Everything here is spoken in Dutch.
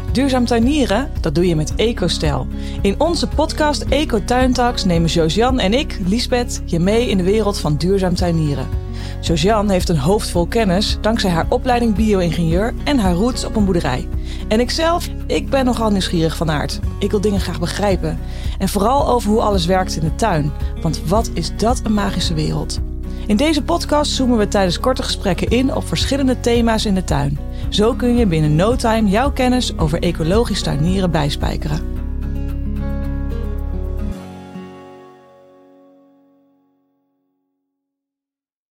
Duurzaam tuinieren, dat doe je met EcoStijl. In onze podcast Eco Tuintalks nemen Josiane en ik, Liesbeth, je mee in de wereld van duurzaam tuinieren. Josiane heeft een hoofd vol kennis dankzij haar opleiding bio-ingenieur en haar roots op een boerderij. En ik ben nogal nieuwsgierig van aard. Ik wil dingen graag begrijpen. En vooral over hoe alles werkt in de tuin. Want wat is dat een magische wereld. In deze podcast zoomen we tijdens korte gesprekken in op verschillende thema's in de tuin. Zo kun je binnen no time jouw kennis over ecologisch tuinieren bijspijkeren.